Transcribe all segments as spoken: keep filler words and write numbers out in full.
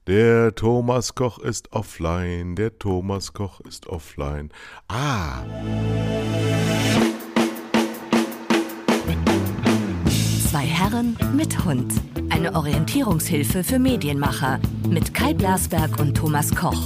Der Thomas Koch ist offline, der Thomas Koch ist offline. Ah. Zwei Herren mit Hund. Eine Orientierungshilfe für Medienmacher mit Kai Blasberg und Thomas Koch.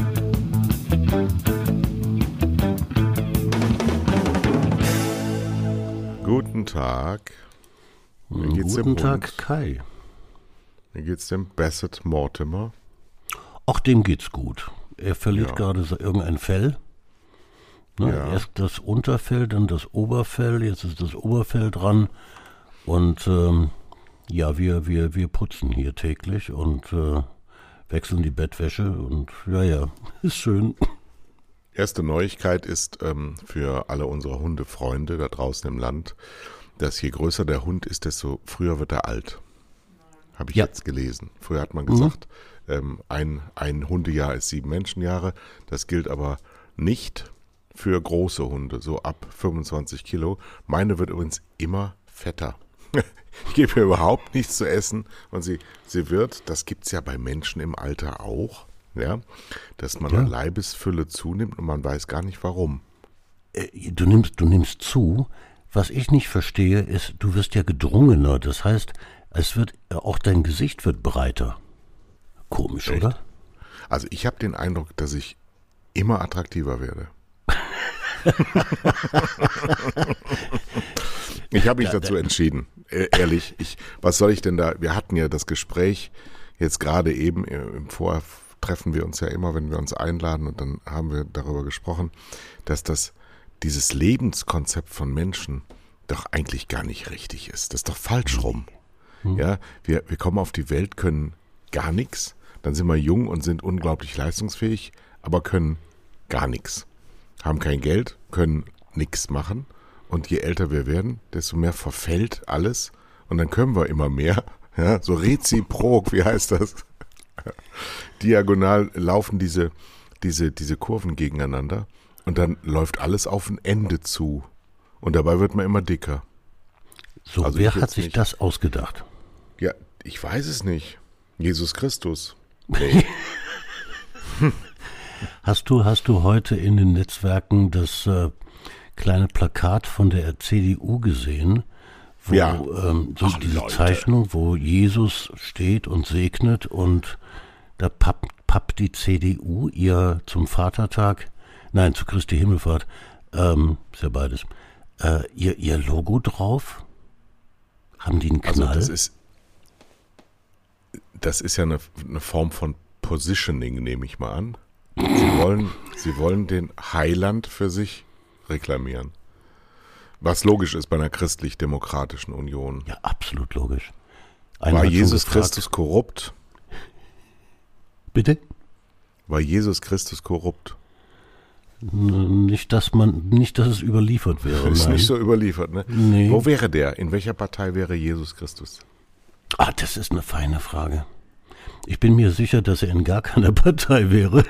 Guten Tag. Wie geht's Guten dem Tag, Hund? Kai. Wie geht's dem Bassett Mortimer? Ach, dem geht's gut. Er verliert Ja. gerade so irgendein Fell. Ne? Ja. Erst das Unterfell, dann das Oberfell. Jetzt ist das Oberfell dran. Und ähm, ja, wir, wir, wir putzen hier täglich und äh, wechseln die Bettwäsche. Und ja, ja, ist schön. Erste Neuigkeit ist ähm, für alle unsere Hundefreunde da draußen im Land, dass je größer der Hund ist, desto früher wird er alt. Habe ich Ja. jetzt gelesen. Früher hat man gesagt, mhm. ähm, ein, ein Hundejahr ist sieben Menschenjahre. Das gilt aber nicht für große Hunde, so ab fünfundzwanzig Kilo. Meine wird übrigens immer fetter. Ich gebe ihr überhaupt nichts zu essen und sie, sie wird, das gibt es ja bei Menschen im Alter auch, ja, dass man Ja. an Leibesfülle zunimmt und man weiß gar nicht warum. Äh, Du nimmst, du nimmst zu. Was ich nicht verstehe, ist, du wirst ja gedrungener. Das heißt, es wird äh, auch dein Gesicht wird breiter. Komisch, Echt? oder? Also ich habe den Eindruck, dass ich immer attraktiver werde. Ich habe mich dazu entschieden, e- ehrlich. Ich, was soll ich denn da? Wir hatten ja das Gespräch jetzt gerade eben, äh, im Vorher treffen wir uns ja immer, wenn wir uns einladen und dann haben wir darüber gesprochen, dass das dieses Lebenskonzept von Menschen doch eigentlich gar nicht richtig ist. Das ist doch falsch rum. Ja, wir, wir kommen auf die Welt, können gar nichts, dann sind wir jung und sind unglaublich leistungsfähig, aber können gar nichts. Haben kein Geld, können nichts machen und je älter wir werden, desto mehr verfällt alles und dann können wir immer mehr. Ja, so reziprok, wie heißt das? Diagonal laufen diese, diese, diese Kurven gegeneinander und dann läuft alles auf ein Ende zu und dabei wird man immer dicker. So, Also wer ich hat jetzt sich nicht. das ausgedacht? Ja, ich weiß es nicht. Jesus Christus. Nee. Hast du, hast du heute in den Netzwerken das äh, kleine Plakat von der C D U gesehen, wo Ja. ähm, so Ach, diese Leute. Zeichnung, wo Jesus steht und segnet und da pappt, pappt die C D U ihr zum Vatertag, nein, zu Christi Himmelfahrt, ähm, ist ja beides, äh, ihr, ihr Logo drauf? Haben die einen Also Knall? das ist, das ist ja eine, eine Form von Positioning, nehme ich mal an. Sie wollen, sie wollen den Heiland für sich reklamieren. Was logisch ist bei einer christlich-demokratischen Union. Ja, absolut logisch. Einer War hat schon Jesus gefragt- Christus korrupt? Bitte? War Jesus Christus korrupt? Nicht, dass man, nicht, dass es überliefert wäre. Ist nein. nicht so überliefert, ne? Nee. Wo wäre der? In welcher Partei wäre Jesus Christus? Ah, das ist eine feine Frage. Ich bin mir sicher, dass er in gar keiner Partei wäre.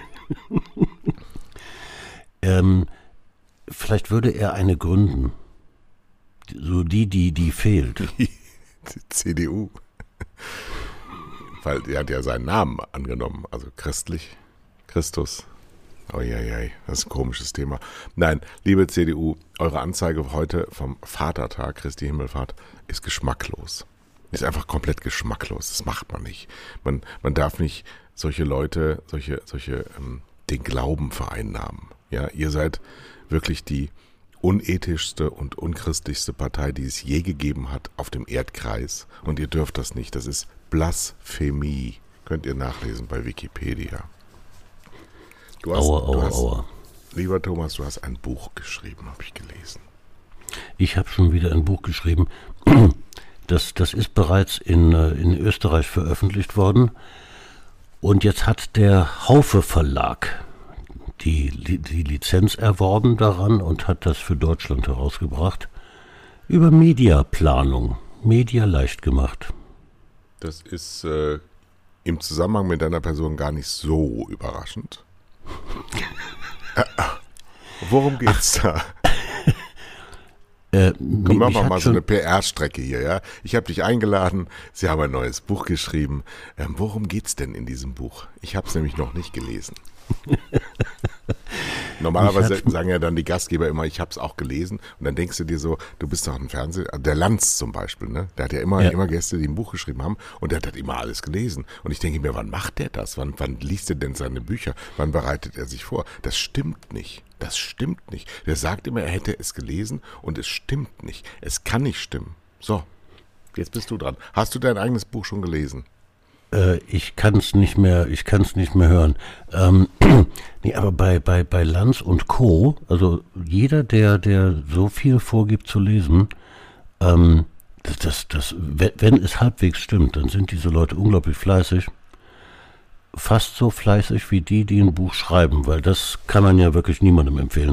ähm, vielleicht würde er eine gründen. So die, die, die fehlt. Die C D U. Weil er hat ja seinen Namen angenommen, also christlich, Christus. Uiuiui, das ist ein komisches Thema. Nein, liebe C D U, eure Anzeige heute vom Vatertag, Christi Himmelfahrt, ist geschmacklos. Ist einfach komplett geschmacklos. Das macht man nicht. Man, man darf nicht solche Leute, solche, solche, ähm, den Glauben vereinnahmen. Ja, ihr seid wirklich die unethischste und unchristlichste Partei, die es je gegeben hat auf dem Erdkreis. Und ihr dürft das nicht. Das ist Blasphemie. Könnt ihr nachlesen bei Wikipedia. Du hast, Aua, du aua, hast, aua. Lieber Thomas, du hast ein Buch geschrieben, habe ich gelesen. Ich habe schon wieder ein Buch geschrieben. Das, das ist bereits in, äh, in Österreich veröffentlicht worden. Und jetzt hat der Haufe Verlag die, Li- die Lizenz erworben daran und hat das für Deutschland herausgebracht. Über Mediaplanung. Media leicht gemacht. Das ist äh, im Zusammenhang mit deiner Person gar nicht so überraschend. äh, worum geht's da? Äh, Komm, machen wir mal so eine P R-Strecke hier, ja. Ich habe dich eingeladen, Sie haben ein neues Buch geschrieben. Ähm, worum geht's denn in diesem Buch? Ich habe es nämlich noch nicht gelesen. Normalerweise sagen ja dann die Gastgeber immer, ich habe es auch gelesen. Und dann denkst du dir so, du bist doch ein Fernseher. Der Lanz zum Beispiel, ne? Der hat ja immer, ja. immer Gäste, die ein Buch geschrieben haben. Und der hat halt immer alles gelesen. Und ich denke mir, wann macht der das? Wann, wann liest er denn seine Bücher? Wann bereitet er sich vor? Das stimmt nicht. Das stimmt nicht. Der sagt immer, er hätte es gelesen und es stimmt nicht. Es kann nicht stimmen. So, jetzt bist du dran. Hast du dein eigenes Buch schon gelesen? Ich kann es nicht mehr, ich kann es nicht mehr hören. Ähm, nee, aber bei, bei, bei Lanz und Co., also jeder, der, der so viel vorgibt zu lesen, ähm, das, das, das, wenn es halbwegs stimmt, dann sind diese Leute unglaublich fleißig. Fast so fleißig wie die, die ein Buch schreiben, weil das kann man ja wirklich niemandem empfehlen.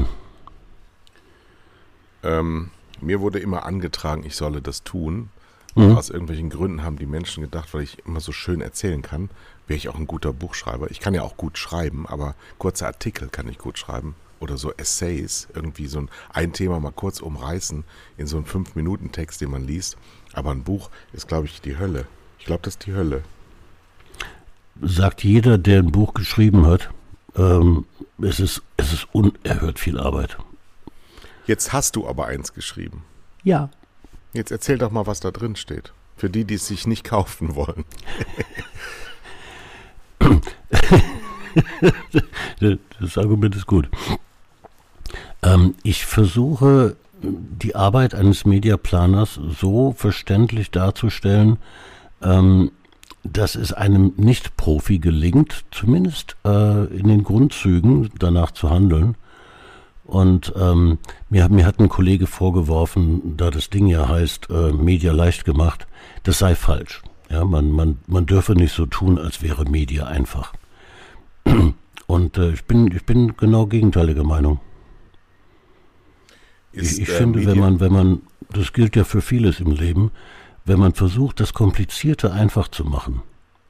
Ähm, mir wurde immer angetragen, ich solle das tun. Mhm. Aus irgendwelchen Gründen haben die Menschen gedacht, weil ich immer so schön erzählen kann, wäre ich auch ein guter Buchschreiber. Ich kann ja auch gut schreiben, aber kurze Artikel kann ich gut schreiben. Oder so Essays, irgendwie so ein, ein Thema mal kurz umreißen in so einen fünf-Minuten-Text, den man liest. Aber ein Buch ist, glaube ich, die Hölle. Ich glaube, das ist die Hölle. Sagt jeder, der ein Buch geschrieben hat, ähm, es ist, es ist unerhört viel Arbeit. Jetzt hast du aber eins geschrieben. Ja. Jetzt erzähl doch mal, was da drin steht. Für die, die es sich nicht kaufen wollen. Das Argument ist gut. Ähm, ich versuche, die Arbeit eines Mediaplaners so verständlich darzustellen, ähm, dass es einem Nicht-Profi gelingt, zumindest äh, in den Grundzügen danach zu handeln. Und ähm, mir, mir hat ein Kollege vorgeworfen, da das Ding ja heißt, äh, Media leicht gemacht, das sei falsch. Ja, man, man, man dürfe nicht so tun, als wäre Media einfach. Und äh, ich bin, ich bin genau gegenteiliger Meinung. Ist, ich ich äh, finde, Media wenn man, wenn man, das gilt ja für vieles im Leben, wenn man versucht, das Komplizierte einfach zu machen,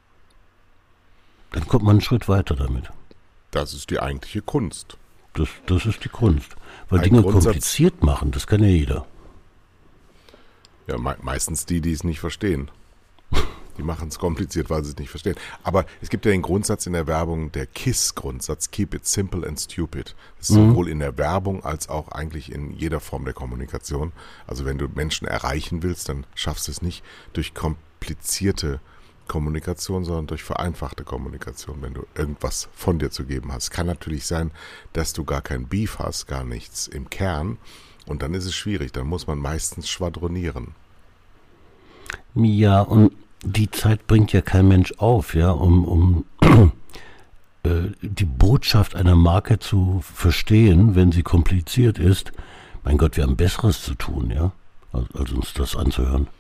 dann kommt man einen Schritt weiter damit. Das ist die eigentliche Kunst. Das, das ist die Kunst. Weil Ein Dinge Grundsatz, kompliziert machen, das kann ja jeder. Ja, me- meistens die, die es nicht verstehen. Die machen es kompliziert, weil sie es nicht verstehen. Aber es gibt ja den Grundsatz in der Werbung, der KISS-Grundsatz, Keep it simple and stupid. Das ist mhm. sowohl in der Werbung als auch eigentlich in jeder Form der Kommunikation. Also wenn du Menschen erreichen willst, dann schaffst du es nicht durch komplizierte Kommunikation, sondern durch vereinfachte Kommunikation, wenn du irgendwas von dir zu geben hast. Kann natürlich sein, dass du gar kein Beef hast, gar nichts im Kern und dann ist es schwierig, dann muss man meistens schwadronieren. Ja, und die Zeit bringt ja kein Mensch auf, ja, um, um äh, die Botschaft einer Marke zu verstehen, wenn sie kompliziert ist. Mein Gott, wir haben Besseres zu tun, ja, als, als uns das anzuhören.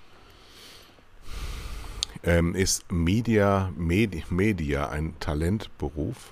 Ähm, ist Media, Medi, Media ein Talentberuf?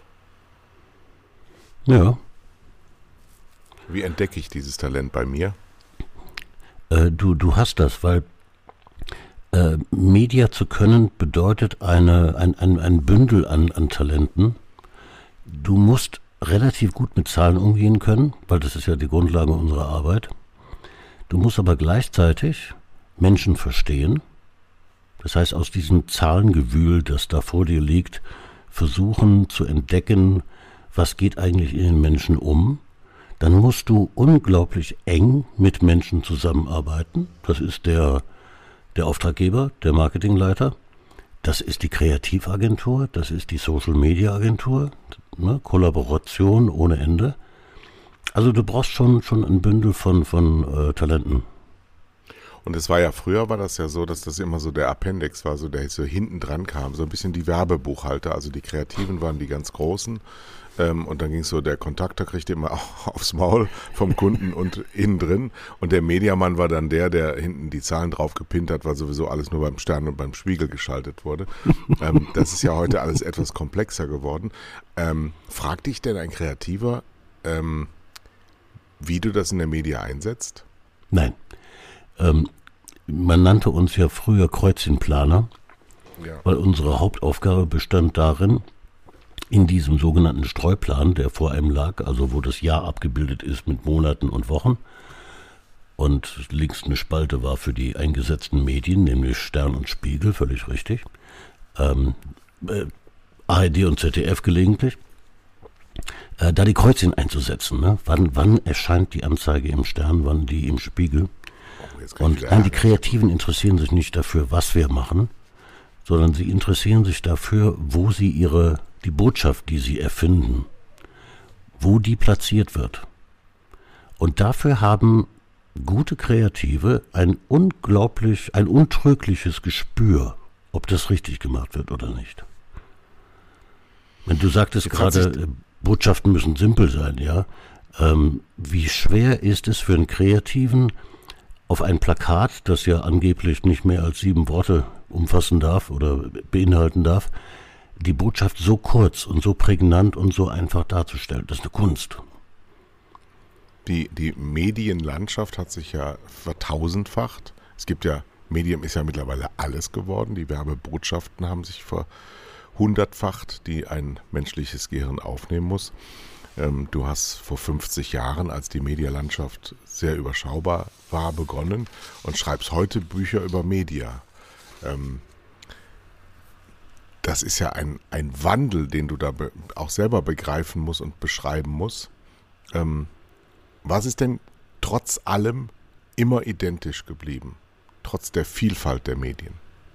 Ja. Wie entdecke ich dieses Talent bei mir? Äh, du, du hast das, weil äh, Media zu können bedeutet eine, ein, ein, ein Bündel an, an Talenten. Du musst relativ gut mit Zahlen umgehen können, weil das ist ja die Grundlage unserer Arbeit. Du musst aber gleichzeitig Menschen verstehen. Das heißt, aus diesem Zahlengewühl, das da vor dir liegt, versuchen zu entdecken, was geht eigentlich in den Menschen um. Dann musst du unglaublich eng mit Menschen zusammenarbeiten. Das ist der, der Auftraggeber, der Marketingleiter. Das ist die Kreativagentur, das ist die Social-Media-Agentur. Ne? Kollaboration ohne Ende. Also du brauchst schon, schon ein Bündel von, von äh, Talenten. Und es war ja früher, war das ja so, dass das immer so der Appendix war, so der so hinten dran kam, so ein bisschen die Werbebuchhalter, also die Kreativen waren die ganz Großen ähm, und dann ging es so, der Kontakter kriegte immer aufs Maul vom Kunden und innen drin und der Mediamann war dann der, der hinten die Zahlen drauf gepinnt hat, weil sowieso alles nur beim Stern und beim Spiegel geschaltet wurde. ähm, das ist ja heute alles etwas komplexer geworden. Ähm, fragt dich denn ein Kreativer, ähm, wie du das in der Media einsetzt? Nein. Ähm, man nannte uns ja früher Kreuzchenplaner, ja. Weil unsere Hauptaufgabe bestand darin, in diesem sogenannten Streuplan, der vor einem lag, also wo das Jahr abgebildet ist mit Monaten und Wochen, Und links eine Spalte war für die eingesetzten Medien, nämlich Stern und Spiegel, völlig richtig. Ähm, äh, A R D und Z D F gelegentlich. Äh, da die Kreuzchen einzusetzen. Ne? Wann, wann erscheint die Anzeige im Stern, wann die im Spiegel? Oh, und nein, die Kreativen interessieren sich nicht dafür, was wir machen, sondern sie interessieren sich dafür, wo sie ihre, die Botschaft, die sie erfinden, wo die platziert wird. Und dafür haben gute Kreative ein unglaublich, ein untrügliches Gespür, ob das richtig gemacht wird oder nicht. Wenn du sagtest gerade, Botschaften müssen simpel sein, ja. Ähm, wie schwer ist es für einen Kreativen, auf ein Plakat, das ja angeblich nicht mehr als sieben Worte umfassen darf oder beinhalten darf, die Botschaft so kurz und so prägnant und so einfach darzustellen? Das ist eine Kunst. Die, die Medienlandschaft hat sich ja vertausendfacht. Es gibt ja, Medium ist ja mittlerweile alles geworden. Die Werbebotschaften haben sich verhundertfacht, die ein menschliches Gehirn aufnehmen muss. Ähm, du hast vor fünfzig Jahren, als die Medialandschaft sehr überschaubar war, begonnen und schreibst heute Bücher über Media. Ähm, das ist ja ein, ein Wandel, den du da be- auch selber begreifen musst und beschreiben musst. Ähm, Was ist denn trotz allem immer identisch geblieben, trotz der Vielfalt der Medien?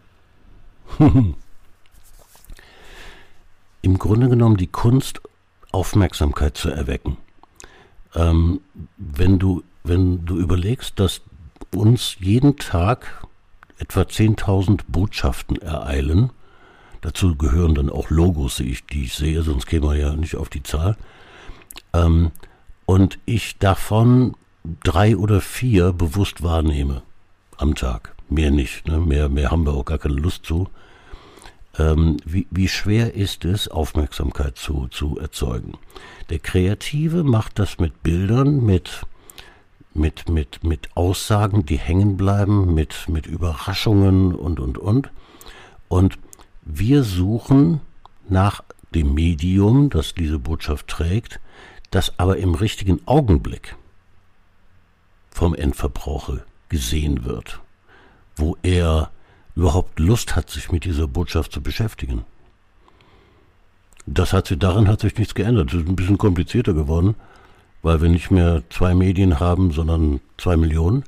Im Grunde genommen die Kunst, Aufmerksamkeit zu erwecken. Ähm, wenn du, wenn du überlegst, dass uns jeden Tag etwa zehntausend Botschaften ereilen, dazu gehören dann auch Logos, die ich, die ich sehe, sonst käme man ja nicht auf die Zahl, ähm, und ich davon drei oder vier bewusst wahrnehme am Tag. Mehr nicht, ne? mehr, mehr haben wir auch gar keine Lust zu. Ähm, wie, wie schwer ist es, Aufmerksamkeit zu, zu erzeugen? Der Kreative macht das mit Bildern, mit, mit, mit, mit Aussagen, die hängen bleiben, mit, mit Überraschungen und, und, und. Und wir suchen nach dem Medium, das diese Botschaft trägt, das aber im richtigen Augenblick vom Endverbraucher gesehen wird, wo er überhaupt Lust hat, sich mit dieser Botschaft zu beschäftigen. Das hat sich, daran hat sich nichts geändert. Es ist ein bisschen komplizierter geworden, weil wir nicht mehr zwei Medien haben, sondern zwei Millionen.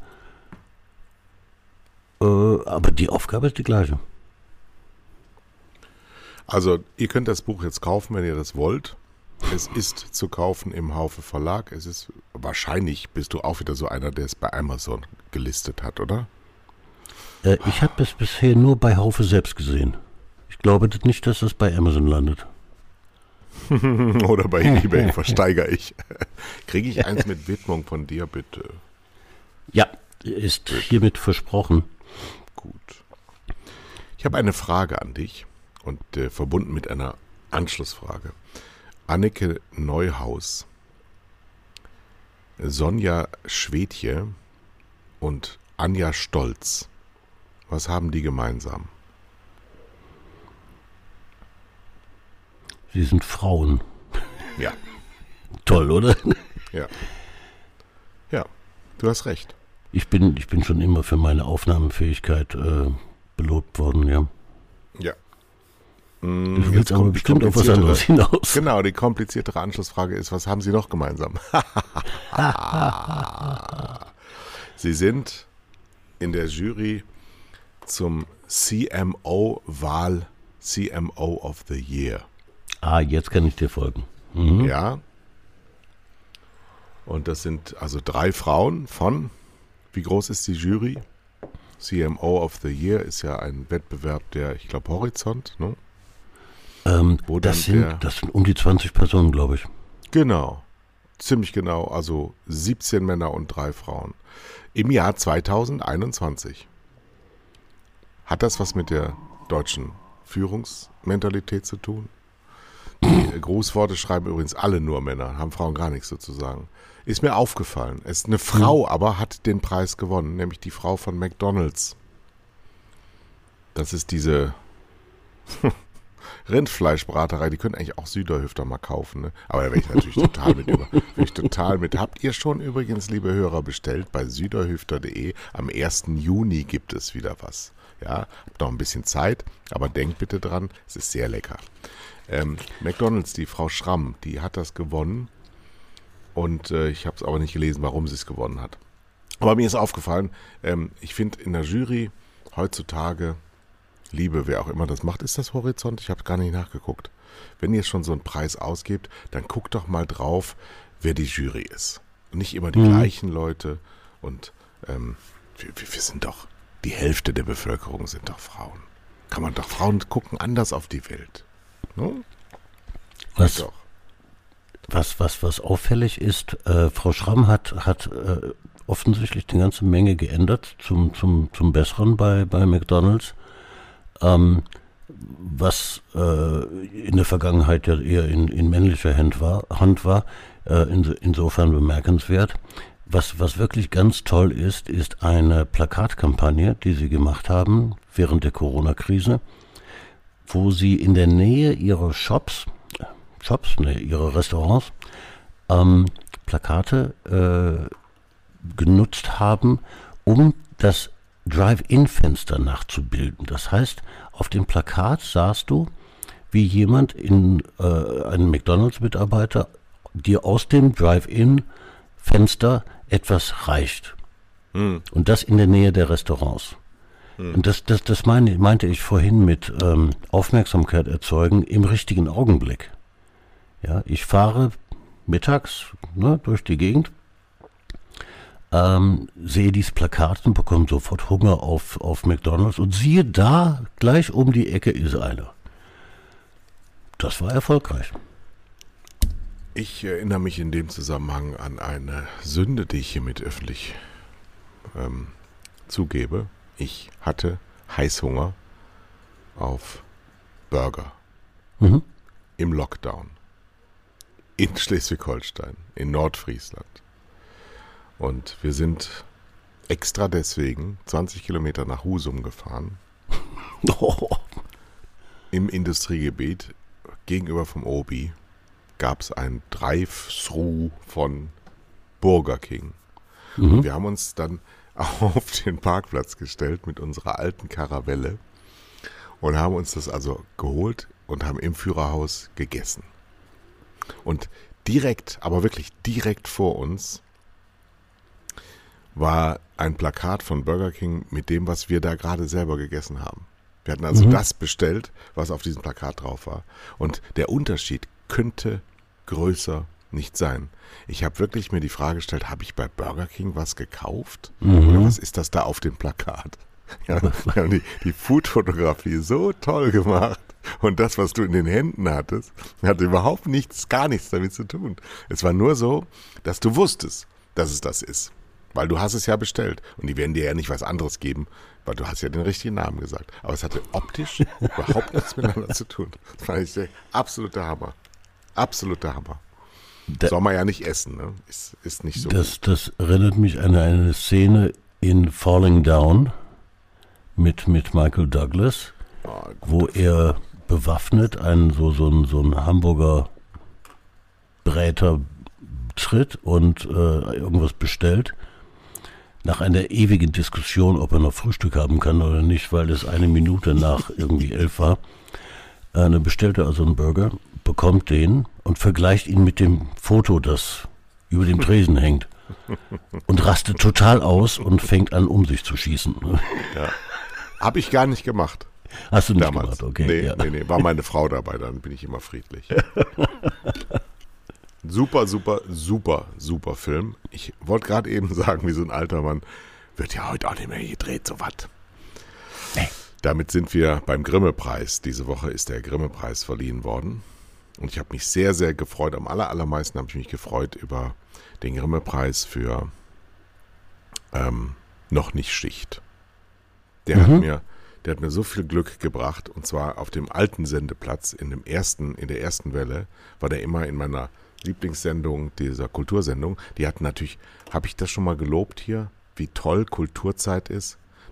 Äh, aber die Aufgabe ist die gleiche. Also ihr könnt das Buch jetzt kaufen, wenn ihr das wollt. Es ist zu kaufen im Haufe Verlag. Es ist wahrscheinlich, bist du auch wieder so einer, der es bei Amazon gelistet hat, oder? Äh, ich habe es bisher nur bei Haufe selbst gesehen. Ich glaube nicht, dass es bei Amazon landet. Oder bei eBay versteigere ich. Kriege ich eins mit Widmung von dir, bitte? Ja, ist hiermit versprochen. Gut. Ich habe eine Frage an dich und äh, verbunden mit einer Anschlussfrage. Anneke Neuhaus, Sonja Schwedje und Anja Stolz. Was haben die gemeinsam? Sie sind Frauen. Ja. Toll, oder? Ja. Ja, du hast recht. Ich bin, ich bin schon immer für meine Aufnahmefähigkeit äh, belobt worden, ja. Ja. Du willst aber bestimmt auf was anderes hinaus. Genau, die kompliziertere Anschlussfrage ist, was haben sie noch gemeinsam? Sie sind in der Jury zum C M O-Wahl C M O of the Year. Ah, jetzt kann ich dir folgen. Mhm. Ja. Und das sind also drei Frauen von, wie groß ist die Jury? C M O of the Year ist ja ein Wettbewerb der, ich glaube, Horizont, ne? Ähm, das, sind, der, das sind um die zwanzig Personen, glaube ich. Genau, ziemlich genau, also siebzehn Männer und drei Frauen. Im Jahr zweitausendeinundzwanzig. Hat das was mit der deutschen Führungsmentalität zu tun? Die Grußworte schreiben übrigens alle nur Männer, haben Frauen gar nichts dazu sagen. Ist mir aufgefallen. Es ist eine Frau, aber hat den Preis gewonnen, nämlich die Frau von McDonald's. Das ist diese Rindfleischbraterei, die können eigentlich auch Süderhüfter mal kaufen, ne? Aber da wäre ich natürlich total mit über. Wäre ich total mit. Habt ihr schon übrigens, liebe Hörer, bestellt bei süderhüfter punkt de? Am ersten Juni gibt es wieder was. Ja, habt noch ein bisschen Zeit, aber denkt bitte dran, es ist sehr lecker. Ähm, McDonald's, die Frau Schramm, die hat das gewonnen und äh, ich habe es aber nicht gelesen, warum sie es gewonnen hat. Aber mir ist aufgefallen, ähm, ich finde in der Jury heutzutage, Liebe, wer auch immer das macht, ist das Horizont? Ich habe gar nicht nachgeguckt. Wenn ihr schon so einen Preis ausgebt, dann guckt doch mal drauf, wer die Jury ist. Und nicht immer die mhm. gleichen Leute und ähm, wir, wir sind doch, die Hälfte der Bevölkerung sind doch Frauen. Kann man doch, Frauen gucken anders auf die Welt. No? Was, doch. was, was, was auffällig ist, äh, Frau Schramm hat, hat äh, offensichtlich eine ganze Menge geändert zum, zum, zum Besseren bei, bei McDonald's, ähm, was äh, in der Vergangenheit ja eher in, in männlicher Hand war, Hand war äh, in, insofern bemerkenswert. Was, was wirklich ganz toll ist, ist eine Plakatkampagne, die sie gemacht haben während der Corona-Krise, wo sie in der Nähe ihrer Shops, Shops, ne, ihrer Restaurants, ähm, Plakate äh, genutzt haben, um das Drive-In-Fenster nachzubilden. Das heißt, auf dem Plakat sahst du, wie jemand, in äh, ein McDonald's-Mitarbeiter, dir aus dem Drive-In-Fenster etwas reicht. Hm. Und das in der Nähe der Restaurants. Hm. Und das, das, das meine, meinte ich vorhin mit ähm, Aufmerksamkeit erzeugen im richtigen Augenblick. Ja, ich fahre mittags ne, durch die Gegend, ähm, sehe dieses Plakat und bekomme sofort Hunger auf, auf McDonald's und siehe da, gleich um die Ecke ist einer. Das war erfolgreich. Ich erinnere mich in dem Zusammenhang an eine Sünde, die ich hiermit öffentlich ähm, zugebe. Ich hatte Heißhunger auf Burger mhm. im Lockdown in Schleswig-Holstein, in Nordfriesland. Und wir sind extra deswegen zwanzig Kilometer nach Husum gefahren. Oh. Im Industriegebiet gegenüber vom Obi gab es ein Drive-Thru von Burger King. Mhm. Und wir haben uns dann auf den Parkplatz gestellt mit unserer alten Karavelle und haben uns das also geholt und haben im Führerhaus gegessen. Und direkt, aber wirklich direkt vor uns war ein Plakat von Burger King mit dem, was wir da gerade selber gegessen haben. Wir hatten also mhm. das bestellt, was auf diesem Plakat drauf war. Und der Unterschied könnte größer nicht sein. Ich habe wirklich mir die Frage gestellt, habe ich bei Burger King was gekauft? Mhm. Oder was ist das da auf dem Plakat? Ja, wir haben die, die Food-Fotografie so toll gemacht. Und das, was du in den Händen hattest, hatte überhaupt nichts, gar nichts damit zu tun. Es war nur so, dass du wusstest, dass es das ist. Weil du hast es ja bestellt. Und die werden dir ja nicht was anderes geben, weil du hast ja den richtigen Namen gesagt. Aber es hatte optisch überhaupt nichts miteinander zu tun. Das fand ich der absolute Hammer. Absoluter Hammer. Da, soll man ja nicht essen, ne? Ist, ist nicht so. Das, das erinnert mich an eine Szene in Falling Down mit, mit Michael Douglas, oh, wo er bewaffnet einen so, so, einen, so einen Hamburger Bräter tritt und äh, irgendwas bestellt. Nach einer ewigen Diskussion, ob er noch Frühstück haben kann oder nicht, weil es eine Minute nach irgendwie elf war. Äh, dann bestellt er also einen Burger, bekommt den und vergleicht ihn mit dem Foto, das über dem Tresen hängt. Und rastet total aus und fängt an, um sich zu schießen. Ja. Habe ich gar nicht gemacht. Hast du nicht damals gemacht, okay. Nee, ja. nee, nee, war meine Frau dabei, dann bin ich immer friedlich. Super, super, super, super Film. Ich wollte gerade eben sagen, wie so ein alter Mann, wird ja heute auch nicht mehr gedreht, so was. Nee. Damit sind wir beim Grimme-Preis. Diese Woche ist der Grimme-Preis verliehen worden. Und ich habe mich sehr, sehr gefreut. Am aller, allermeisten habe ich mich gefreut über den Grimme-Preis für ähm, Noch nicht Schicht. Der, mhm. hat mir, der hat mir so viel Glück gebracht. Und zwar auf dem alten Sendeplatz in, dem ersten, in der ersten Welle war der immer in meiner Lieblingssendung, dieser Kultursendung. Die hatten natürlich, habe ich das schon mal gelobt hier, wie toll Kulturzeit ist?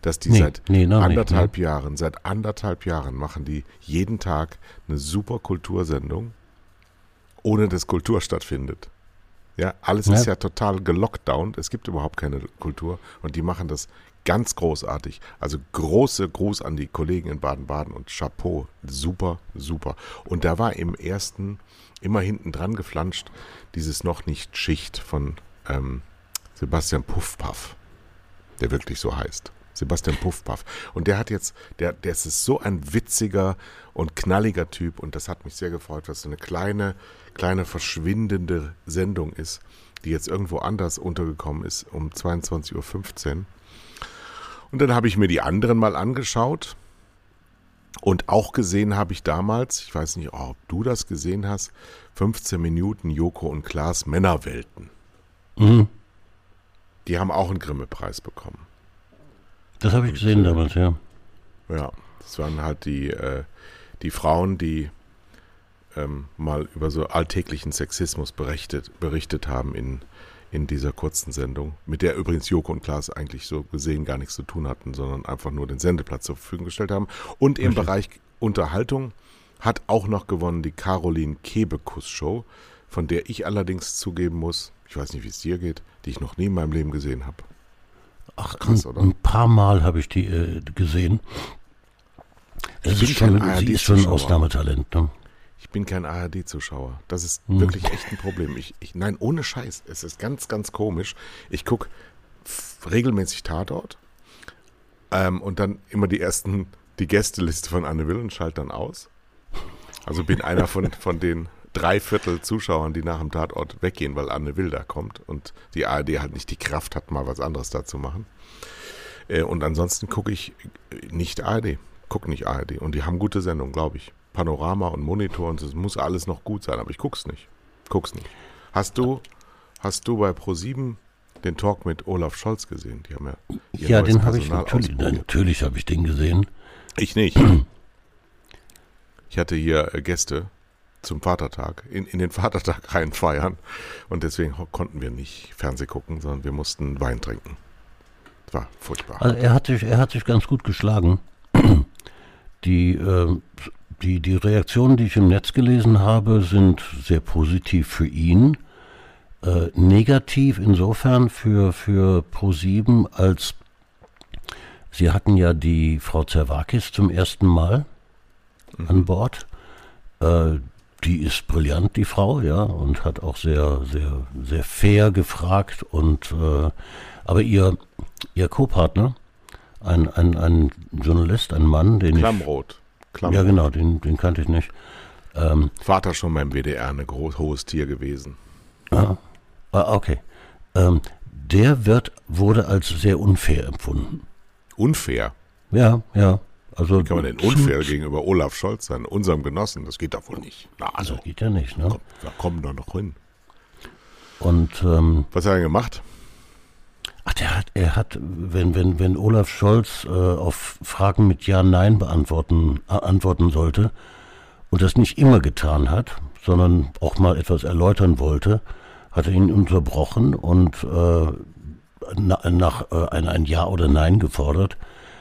dass die Nee, seit nee, noch nicht, anderthalb Jahren, seit anderthalb Jahren machen die jeden Tag eine super Kultursendung, ohne dass Kultur stattfindet. Ja, alles Ja. ist ja total gelockdownt, es gibt überhaupt keine Kultur und die machen das ganz großartig. Also große Gruß an die Kollegen in Baden-Baden und Chapeau, super, super. Und da war im ersten immer hinten dran geflanscht dieses noch nicht Schicht von ähm, Sebastian Puffpaff, der wirklich so heißt. Sebastian Puffpaff. Und der hat jetzt, der, der ist so ein witziger und knalliger Typ und das hat mich sehr gefreut, was so eine kleine, kleine verschwindende Sendung ist, die jetzt irgendwo anders untergekommen ist um zweiundzwanzig Uhr fünfzehn. Und dann habe ich mir die anderen mal angeschaut und auch gesehen habe ich damals, ich weiß nicht, ob du das gesehen hast, fünfzehn Minuten Joko und Klaas Männerwelten. Mhm. Die haben auch einen Grimme-Preis bekommen. Das habe ich gesehen damals, ja. Ja, das waren halt die, äh, die Frauen, die ähm, mal über so alltäglichen Sexismus berichtet, berichtet haben in, in dieser kurzen Sendung, mit der übrigens Joko und Klaas eigentlich so gesehen gar nichts zu tun hatten, sondern einfach nur den Sendeplatz zur Verfügung gestellt haben. Und im Richtig. Bereich Unterhaltung hat auch noch gewonnen die Caroline Kebekus Show, von der ich allerdings zugeben muss, ich weiß nicht, wie es dir geht, die ich noch nie in meinem Leben gesehen habe. Ach, krass, ein, oder? ein paar Mal habe ich die äh, gesehen. Es bin ist schon, kein sie ist schon ein A R D-Zuschauer. Ausnahmetalent. Ne? Ich bin kein A R D-Zuschauer. Das ist Hm. wirklich echt ein Problem. Ich, ich, nein, ohne Scheiß. Es ist ganz, ganz komisch. Ich gucke regelmäßig Tatort ähm, und dann immer die ersten, die Gästeliste von Anne Will und schalte dann aus. Also bin einer von, von den Dreiviertel Zuschauern, die nach dem Tatort weggehen, weil Anne Will da kommt und die A R D halt nicht die Kraft hat, mal was anderes da zu machen. Äh, und ansonsten gucke ich nicht A R D. Gucke nicht A R D. Und die haben gute Sendungen, glaube ich. Panorama und Monitor und es muss alles noch gut sein, aber ich guck's nicht. Guck's nicht. Hast du, hast du bei ProSieben den Talk mit Olaf Scholz gesehen? Die haben ja ihr Ja, neues den habe ich Personal natürlich, ausprobiert. natürlich habe ich den gesehen. Ich nicht. Ich hatte hier äh, Gäste zum Vatertag, in, in den Vatertag rein feiern und deswegen ho- konnten wir nicht Fernseh gucken, sondern wir mussten Wein trinken. Das war furchtbar. Also er hat sich, er hat sich ganz gut geschlagen. Die, äh, die, die Reaktionen, die ich im Netz gelesen habe, sind sehr positiv für ihn. Äh, negativ insofern für, für ProSieben, als sie hatten ja die Frau Zervakis zum ersten Mal Mhm. an Bord. Äh, die ist brillant, die Frau, ja, und hat auch sehr, sehr, sehr fair gefragt. Und äh, aber ihr, ihr Co-Partner, ein, ein, ein Journalist, ein Mann, den Klammrot. ich, Klammrot. ja genau, den, den kannte ich nicht. Ähm, Vater schon beim W D R, ein groß, hohes Tier gewesen. ah, ah, okay. Ähm, der wird, wurde als sehr unfair empfunden. Unfair. Ja, ja. Also Wie kann man denn unfair gegenüber Olaf Scholz sein, unserem Genossen? Das geht doch wohl nicht. Na, also, Das geht ja nicht, ne? komm, da kommen wir noch hin. Und ähm, Was hat er gemacht? ach, der hat, er hat, wenn, wenn, wenn Olaf Scholz äh, auf Fragen mit Ja, Nein beantworten, äh, antworten sollte und das nicht immer getan hat, sondern auch mal etwas erläutern wollte, hat er ihn unterbrochen und äh, na, nach äh, ein, ein Ja oder Nein gefordert.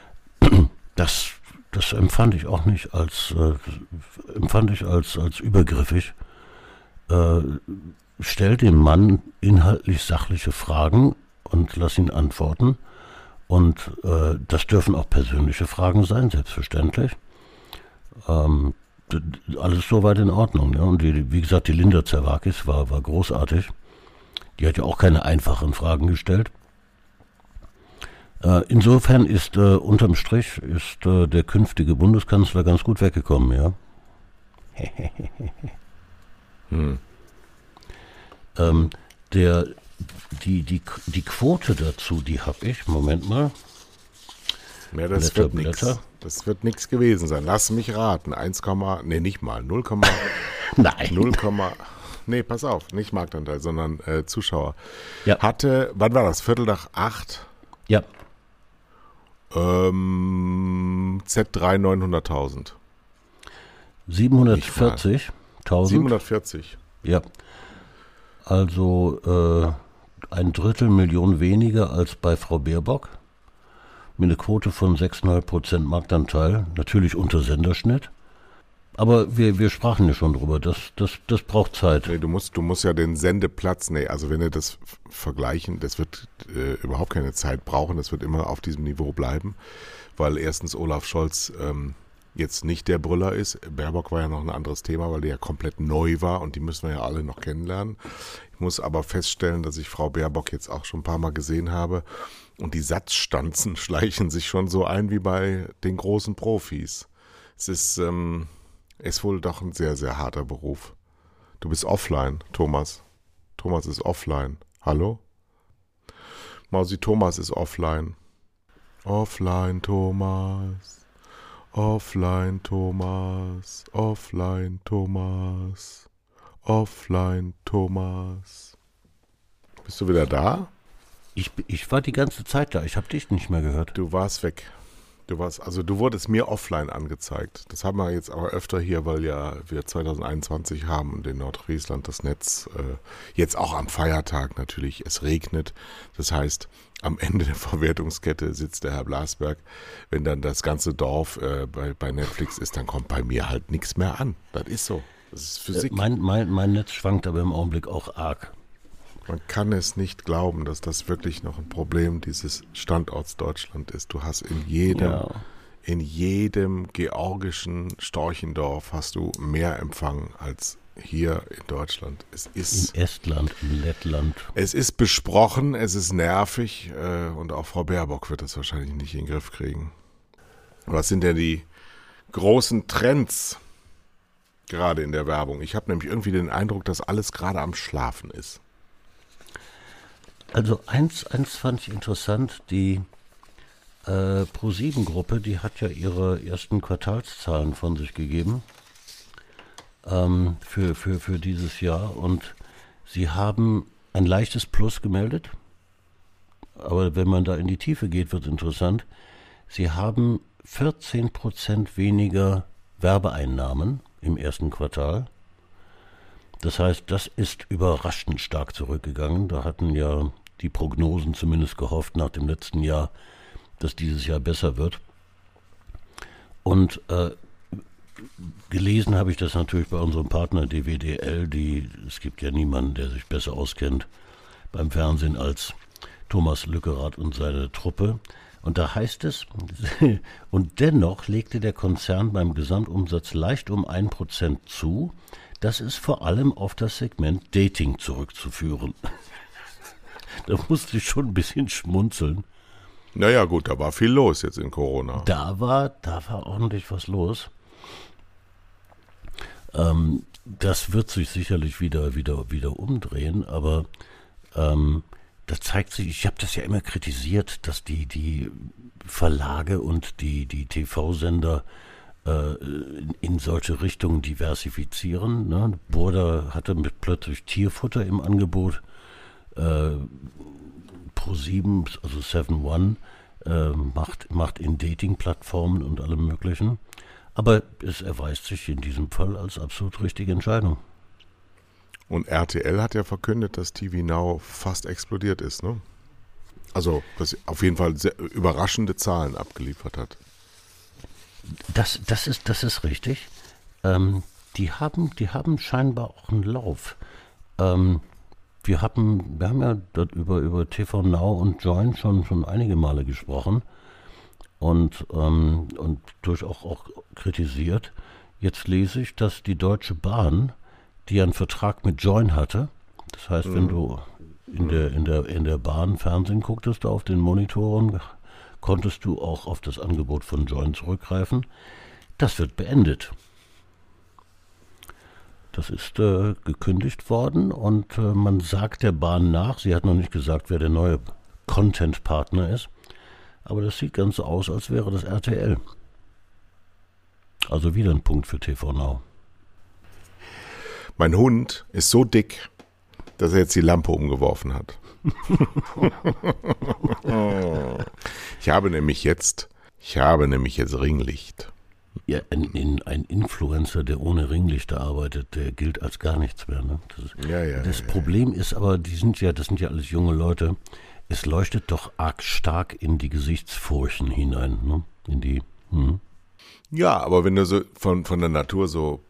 Das, das empfand ich auch nicht als, äh, empfand ich als, als übergriffig. Äh, stell dem Mann inhaltlich sachliche Fragen und lass ihn antworten. Und äh, das dürfen auch persönliche Fragen sein, selbstverständlich. Ähm, d- d- alles soweit in Ordnung. Ja? Und die, wie gesagt, die Linda Zervakis war, war großartig. Die hat ja auch keine einfachen Fragen gestellt. Äh, insofern ist äh, unterm Strich ist äh, der künftige Bundeskanzler ganz gut weggekommen, ja. Hm. Ähm, der, die, die, die Quote dazu, die habe ich, Moment mal. Ja, das Blätter, wird nichts. Blätter. Das wird nichts gewesen sein. Lass mich raten. eins, nee, nicht mal. null, Nein. null, nee, pass auf. Nicht Marktanteil, sondern äh, Zuschauer. Ja. Hatte, wann war das? Viertel nach acht? Ja, Ähm, Z drei neunhunderttausend. siebenhundertvierzigtausend. siebenhundertvierzig. Ja. Also äh, ein Drittel Million weniger als bei Frau Baerbock. mit einer Quote von sechs Komma fünf Prozent Marktanteil, natürlich unter Senderschnitt. Aber wir, wir sprachen ja schon drüber, das, das, das braucht Zeit. Nee, du musst, du musst ja den Sendeplatz, nee, also wenn wir das f- vergleichen, das wird äh, überhaupt keine Zeit brauchen, das wird immer auf diesem Niveau bleiben, weil erstens Olaf Scholz ähm, jetzt nicht der Brüller ist. Baerbock war ja noch ein anderes Thema, weil der ja komplett neu war und die müssen wir ja alle noch kennenlernen. Ich muss aber feststellen, dass ich Frau Baerbock jetzt auch schon ein paar Mal gesehen habe und die Satzstanzen schleichen sich schon so ein wie bei den großen Profis. Es ist... Ähm, Ist wohl doch ein sehr, sehr harter Beruf. Du bist offline, Thomas. Thomas ist offline. Hallo? Mausi, Thomas ist offline. Offline, Thomas. Offline, Thomas. Offline, Thomas. Offline, Thomas. Bist du wieder da? Ich, ich war die ganze Zeit da, ich habe dich nicht mehr gehört. Du warst weg. Du warst, also du wurdest mir offline angezeigt. Das haben wir jetzt aber öfter hier, weil ja wir zwanzig einundzwanzig haben und in Nordfriesland das Netz äh, jetzt auch am Feiertag natürlich, es regnet. Das heißt, am Ende der Verwertungskette sitzt der Herr Blasberg. Wenn dann das ganze Dorf äh, bei, bei Netflix ist, dann kommt bei mir halt nichts mehr an. Das ist so. Das ist Physik. Äh, mein, mein, mein Netz schwankt aber im Augenblick auch arg. Man kann es nicht glauben, dass das wirklich noch ein Problem dieses Standorts Deutschland ist. Du hast in jedem, Ja. in jedem georgischen Storchendorf hast du mehr Empfang als hier in Deutschland. Es ist, In Estland, in Lettland. es ist besprochen, es ist nervig äh, und auch Frau Baerbock wird das wahrscheinlich nicht in den Griff kriegen. Was sind denn die großen Trends gerade in der Werbung? Ich habe nämlich irgendwie den Eindruck, dass alles gerade am Schlafen ist. Also eins, eins fand ich interessant, die äh, Pro sieben Gruppe, die hat ja ihre ersten Quartalszahlen von sich gegeben ähm, für, für, für dieses Jahr und sie haben ein leichtes Plus gemeldet, aber wenn man da in die Tiefe geht, wird es interessant. Sie haben vierzehn Prozent weniger Werbeeinnahmen im ersten Quartal. Das heißt, das ist überraschend stark zurückgegangen. Da hatten ja die Prognosen zumindest gehofft nach dem letzten Jahr, dass dieses Jahr besser wird. Und äh, gelesen habe ich das natürlich bei unserem Partner D W D L. Die, es gibt ja niemanden, der sich besser auskennt beim Fernsehen als Thomas Lückerath und seine Truppe. Und da heißt es, und dennoch legte der Konzern beim Gesamtumsatz leicht um ein Prozent zu. Das ist vor allem auf das Segment Dating zurückzuführen. Da musste ich schon ein bisschen schmunzeln. Naja gut, da war viel los jetzt in Corona. Da war, da war ordentlich was los. Ähm, das wird sich sicherlich wieder, wieder, wieder umdrehen, aber ähm, das zeigt sich, ich habe das ja immer kritisiert, dass die, die Verlage und die, die T V-Sender äh, in, in solche Richtungen diversifizieren. Ne? Burda hatte mit plötzlich Tierfutter im Angebot. Äh, Pro sieben, also seven One, äh, macht, macht in Dating-Plattformen und allem Möglichen. Aber es erweist sich in diesem Fall als absolut richtige Entscheidung. Und R T L hat ja verkündet, dass T V Now fast explodiert ist, ne? Also, dass sie auf jeden Fall sehr überraschende Zahlen abgeliefert hat. Das, das, ist, das ist richtig. Ähm, die, haben, die haben scheinbar auch einen Lauf. Ähm, wir, haben, wir haben ja dort über, über T V Now und Join schon, schon einige Male gesprochen und, ähm, und durch auch, auch kritisiert. Jetzt lese ich, dass die Deutsche Bahn, die einen Vertrag mit Join hatte, das heißt, mhm. wenn du in der, in, der, in der Bahn Fernsehen gucktest, auf den Monitoren, konntest du auch auf das Angebot von Join zurückgreifen. Das wird beendet. Das ist äh, gekündigt worden und äh, man sagt der Bahn nach, sie hat noch nicht gesagt, wer der neue Content-Partner ist, aber das sieht ganz so aus, als wäre das R T L. Also wieder ein Punkt für T V Now. Mein Hund ist so dick, dass er jetzt die Lampe umgeworfen hat. Ich habe nämlich jetzt, ich habe nämlich jetzt Ringlicht. Ja, ein, ein Influencer, der ohne Ringlichter arbeitet, der gilt als gar nichts mehr. Ne? Das, Ja, ja, das ja, Problem ist aber, die sind ja, das sind ja alles junge Leute. es leuchtet doch arg stark in die Gesichtsfurchen hinein, ne? In die. Hm. Ja, aber wenn du so von, von der Natur so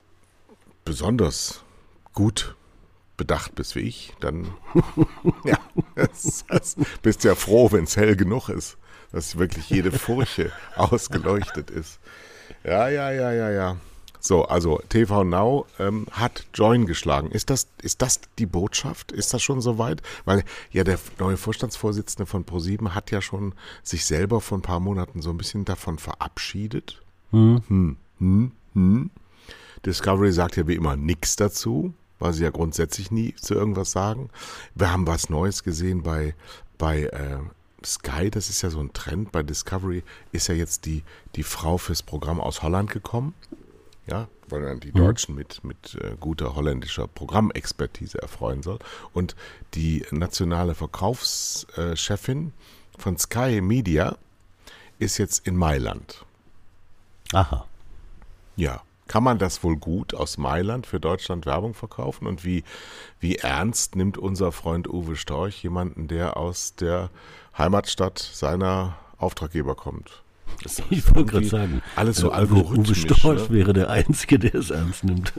besonders gut bedacht bist wie ich, dann ja, das, das bist ja froh, wenn es hell genug ist, dass wirklich jede Furche ausgeleuchtet ist. Ja, ja, ja, ja, ja. So, also T V Now ähm, hat Join geschlagen. Ist das, ist das die Botschaft? Ist das schon soweit? Weil ja der neue Vorstandsvorsitzende von ProSieben hat ja schon sich selber vor ein paar Monaten so ein bisschen davon verabschiedet. Hm. Hm, hm, hm. Discovery sagt ja wie immer nichts dazu, weil sie ja grundsätzlich nie zu irgendwas sagen. Wir haben was Neues gesehen bei, bei äh, Sky, das ist ja so ein Trend. Bei Discovery ist ja jetzt die, die Frau fürs Programm aus Holland gekommen. Ja, weil man die Deutschen mit, mit äh, guter holländischer Programmexpertise erfreuen soll. Und die nationale Verkaufschefin von Sky Media ist jetzt in Mailand. Aha. Ja, kann man das wohl gut aus Mailand für Deutschland Werbung verkaufen? Und wie, wie ernst nimmt unser Freund Uwe Storch jemanden, der aus der Heimatstadt seiner Auftraggeber kommt? Das ich wollte gerade sagen, alles so Uwe, algorithmisch. Uwe Storch ne? wäre der Einzige, der es ernst nimmt.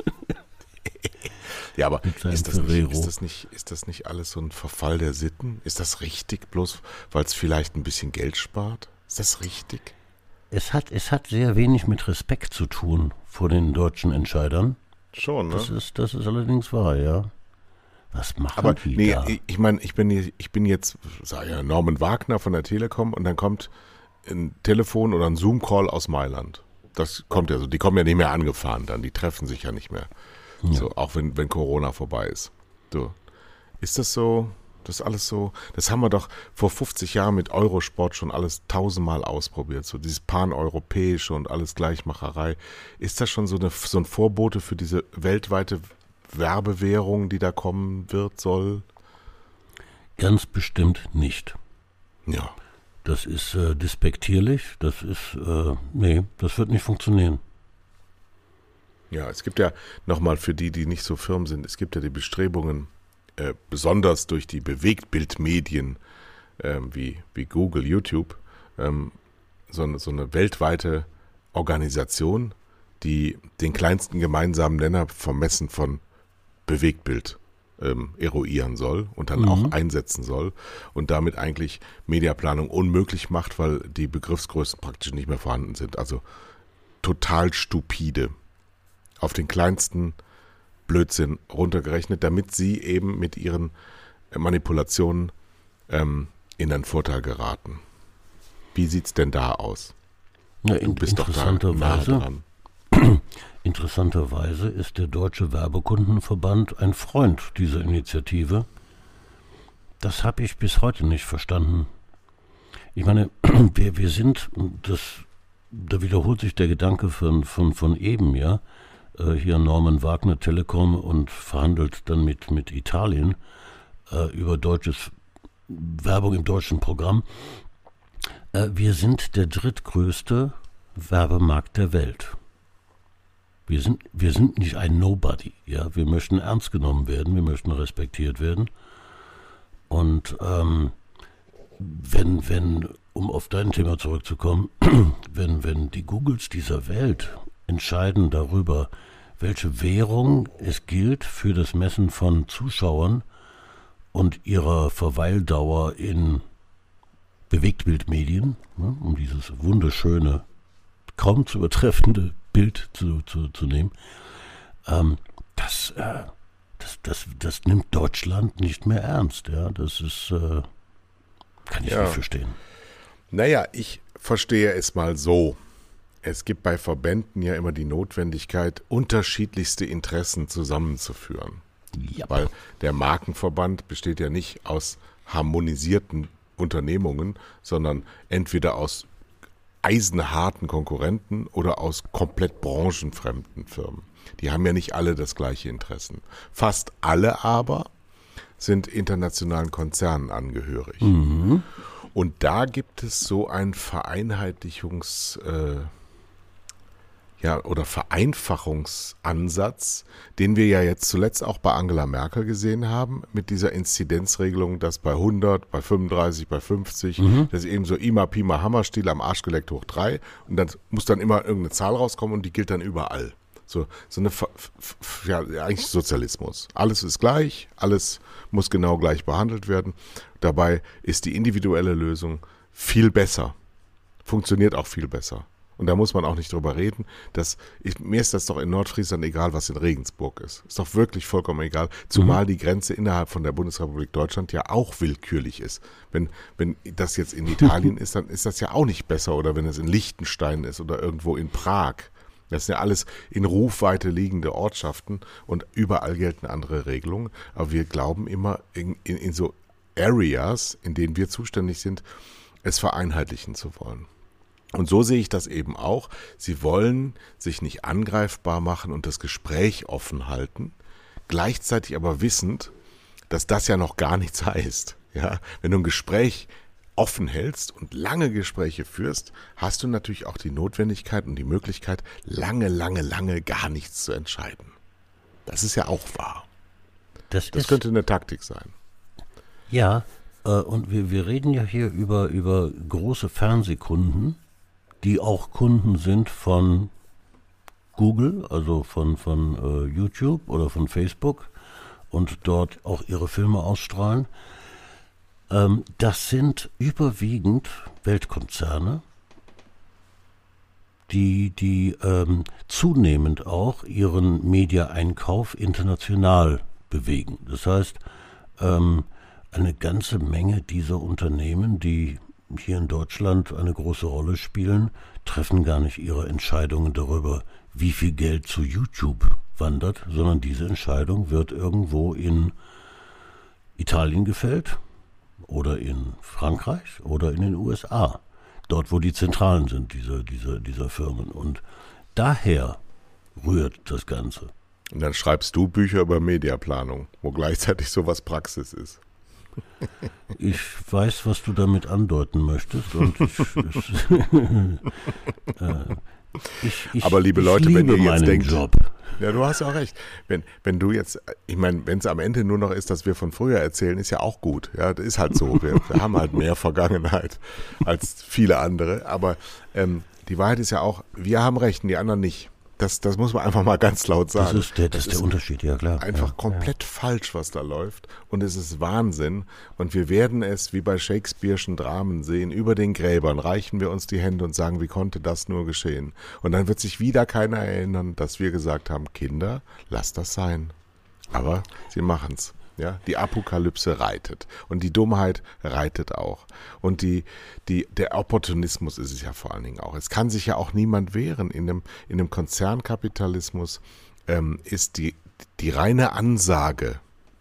Ja, aber ist das, Ferrero. nicht, ist, das nicht, ist das nicht alles so ein Verfall der Sitten? Ist das richtig, bloß weil es vielleicht ein bisschen Geld spart? Ist das richtig? Es hat, es hat sehr wenig mit Respekt zu tun vor den deutschen Entscheidern. Schon, ne? Das ist, das ist allerdings wahr, ja. Was machen Aber die nee, da? ich, ich meine, ich bin, ich bin jetzt, sag ja, Norman Wagner von der Telekom und dann kommt ein Telefon oder ein Zoom-Call aus Mailand. Das kommt ja so, die kommen ja nicht mehr angefahren dann, die treffen sich ja nicht mehr. Ja. So, auch wenn, wenn Corona vorbei ist. So. Ist das so, das ist alles so, das haben wir doch vor fünfzig Jahren mit Eurosport schon alles tausendmal ausprobiert, so dieses Pan-Europäische und alles Gleichmacherei. Ist das schon so, eine, so ein Vorbote für diese weltweite Werbewährung, die da kommen wird, soll? Ganz bestimmt nicht. Ja. Das ist äh, despektierlich, das ist, äh, nee, das wird nicht funktionieren. Ja, es gibt ja nochmal für die, die nicht so firm sind, es gibt ja die Bestrebungen, äh, besonders durch die Bewegtbildmedien äh, wie, wie Google, YouTube, ähm, so, eine, so eine weltweite Organisation, die den kleinsten gemeinsamen Nenner vom Messen von Bewegtbild ähm, eruieren soll und dann Mhm. auch einsetzen soll und damit eigentlich Mediaplanung unmöglich macht, weil die Begriffsgrößen praktisch nicht mehr vorhanden sind. Also total stupide. Auf den kleinsten Blödsinn runtergerechnet, damit sie eben mit ihren Manipulationen ähm, in einen Vorteil geraten. Wie sieht's denn da aus? Ja, Du in, bist doch da nah interessanterweise, dran. interessanterweise ist der Deutsche Werbekundenverband ein Freund dieser Initiative. Das habe ich bis heute nicht verstanden. Ich meine, wir, wir sind, das, da wiederholt sich der Gedanke von, von, von eben, ja, äh, hier Norman Wagner Telekom und verhandelt dann mit, mit Italien äh, über deutsches Werbung im deutschen Programm. Äh, wir sind der drittgrößte Werbemarkt der Welt. Wir sind, wir sind nicht ein Nobody, ja. Wir möchten ernst genommen werden, wir möchten respektiert werden. Und ähm, wenn, wenn, um auf dein Thema zurückzukommen, wenn, wenn die Googles dieser Welt entscheiden darüber, welche Währung es gilt für das Messen von Zuschauern und ihrer Verweildauer in Bewegtbildmedien, ne, um dieses wunderschöne, kaum zu übertreffende Bild zu, zu, zu nehmen, ähm, das, äh, das, das, das nimmt Deutschland nicht mehr ernst. Ja? Das ist, äh, kann ich Ja. nicht verstehen. Naja, ich verstehe es mal so. Es gibt bei Verbänden ja immer die Notwendigkeit, unterschiedlichste Interessen zusammenzuführen. Ja. Weil der Markenverband besteht ja nicht aus harmonisierten Unternehmungen, sondern entweder aus eisenharten Konkurrenten oder aus komplett branchenfremden Firmen. Die haben ja nicht alle das gleiche Interessen. Fast alle aber sind internationalen Konzernen angehörig. Mhm. Und da gibt es so ein Vereinheitlichungs, äh, ja, oder Vereinfachungsansatz, den wir ja jetzt zuletzt auch bei Angela Merkel gesehen haben, mit dieser Inzidenzregelung, dass bei hundert, bei fünfunddreißig, bei fünfzig, mhm. das ist eben so Ima, Pima, Hammerstiel am Arsch geleckt hoch drei und dann muss dann immer irgendeine Zahl rauskommen und die gilt dann überall. So, so eine, ja, eigentlich Sozialismus. Alles ist gleich, alles muss genau gleich behandelt werden. Dabei ist die individuelle Lösung viel besser, funktioniert auch viel besser. Und da muss man auch nicht drüber reden. Dass ich, mir ist das doch in Nordfriesland egal, was in Regensburg ist. Ist doch wirklich vollkommen egal. Zumal mhm. die Grenze innerhalb von der Bundesrepublik Deutschland ja auch willkürlich ist. Wenn, wenn das jetzt in Italien ist, dann ist das ja auch nicht besser. Oder wenn es in Liechtenstein ist oder irgendwo in Prag. Das sind ja alles in Rufweite liegende Ortschaften und überall gelten andere Regelungen. Aber wir glauben immer in, in, in so Areas, in denen wir zuständig sind, es vereinheitlichen zu wollen. Und so sehe ich das eben auch. Sie wollen sich nicht angreifbar machen und das Gespräch offen halten, gleichzeitig aber wissend, dass das ja noch gar nichts heißt. Ja, wenn du ein Gespräch offen hältst und lange Gespräche führst, hast du natürlich auch die Notwendigkeit und die Möglichkeit, lange, lange, lange gar nichts zu entscheiden. Das ist ja auch wahr. Das, das ist, könnte eine Taktik sein. Ja, äh, und wir, wir reden ja hier über, über große Fernsehkunden, die auch Kunden sind von Google, also von, von äh, YouTube oder von Facebook und dort auch ihre Filme ausstrahlen. Ähm, das sind überwiegend Weltkonzerne, die, die ähm, zunehmend auch ihren Media-Einkauf international bewegen. Das heißt, ähm, eine ganze Menge dieser Unternehmen, die hier in Deutschland eine große Rolle spielen, treffen gar nicht ihre Entscheidungen darüber, wie viel Geld zu YouTube wandert, sondern diese Entscheidung wird irgendwo in Italien gefällt oder in Frankreich oder in den U S A, dort wo die Zentralen sind dieser, dieser, dieser Firmen. Und daher rührt das Ganze. Und dann schreibst du Bücher über Mediaplanung, wo gleichzeitig sowas Praxis ist. Ich weiß, was du damit andeuten möchtest. Und ich, äh, ich, ich, Aber liebe ich Leute, liebe wenn ihr jetzt denkt, Job. Ja, du hast auch recht. Wenn, wenn du jetzt, ich meine, wenn es am Ende nur noch ist, dass wir von früher erzählen, ist ja auch gut. Ja, das ist halt so. Wir, wir haben halt mehr Vergangenheit als viele andere. Aber ähm, die Wahrheit ist ja auch, wir haben recht und die anderen nicht. Das, das muss man einfach mal ganz laut sagen. Das ist der, das das ist der Unterschied, ja klar. Einfach ja, komplett ja. falsch, was da läuft. Und es ist Wahnsinn. Und wir werden es, wie bei Shakespeare'schen Dramen sehen, über den Gräbern reichen wir uns die Hände und sagen, wie konnte das nur geschehen? Und dann wird sich wieder keiner erinnern, dass wir gesagt haben, Kinder, lasst das sein. Aber sie machen's. Ja, die Apokalypse reitet und die Dummheit reitet auch und die, die, der Opportunismus ist es ja vor allen Dingen auch. Es kann sich ja auch niemand wehren. In dem, in dem Konzernkapitalismus ähm, ist die, die reine Ansage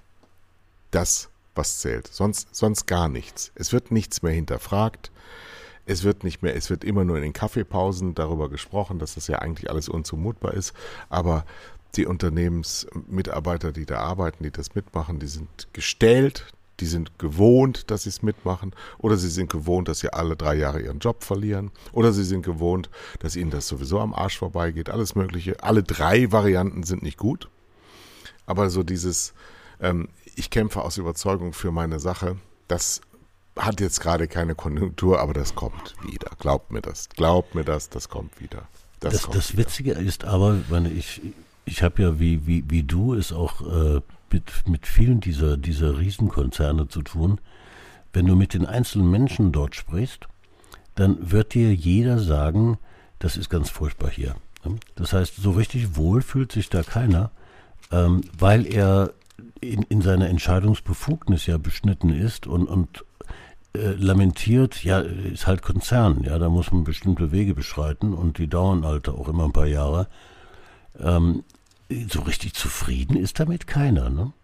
das, was zählt. Sonst, sonst gar nichts. Es wird nichts mehr hinterfragt. Es wird nicht mehr, es wird immer nur in den Kaffeepausen darüber gesprochen, dass das ja eigentlich alles unzumutbar ist. Aber die Unternehmensmitarbeiter, die da arbeiten, die das mitmachen, die sind gestählt, die sind gewohnt, dass sie es mitmachen, oder sie sind gewohnt, dass sie alle drei Jahre ihren Job verlieren, oder sie sind gewohnt, dass ihnen das sowieso am Arsch vorbeigeht, alles Mögliche. Alle drei Varianten sind nicht gut, aber so dieses, ähm, ich kämpfe aus Überzeugung für meine Sache, das hat jetzt gerade keine Konjunktur, aber das kommt wieder. Glaubt mir das, glaubt mir das, das kommt wieder. Das, das, kommt das wieder. Witzige ist aber, wenn ich Ich habe ja, wie, wie, wie du, es auch äh, mit, mit vielen dieser, dieser Riesenkonzerne zu tun. Wenn du mit den einzelnen Menschen dort sprichst, dann wird dir jeder sagen, das ist ganz furchtbar hier. Das heißt, so richtig wohl fühlt sich da keiner, ähm, weil er in, in seiner Entscheidungsbefugnis ja beschnitten ist und, und äh, lamentiert, ja, ist halt Konzern, ja, da muss man bestimmte Wege beschreiten und die dauern halt auch immer ein paar Jahre. Ähm, so richtig zufrieden ist damit keiner, ne?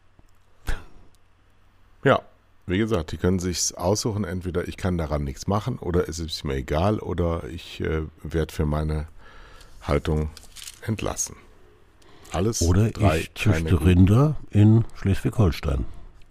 Ja, wie gesagt, die können sich's aussuchen, entweder ich kann daran nichts machen oder es ist mir egal oder ich äh, werde für meine Haltung entlassen. Alles oder drei ich züchte Rinder in Schleswig-Holstein.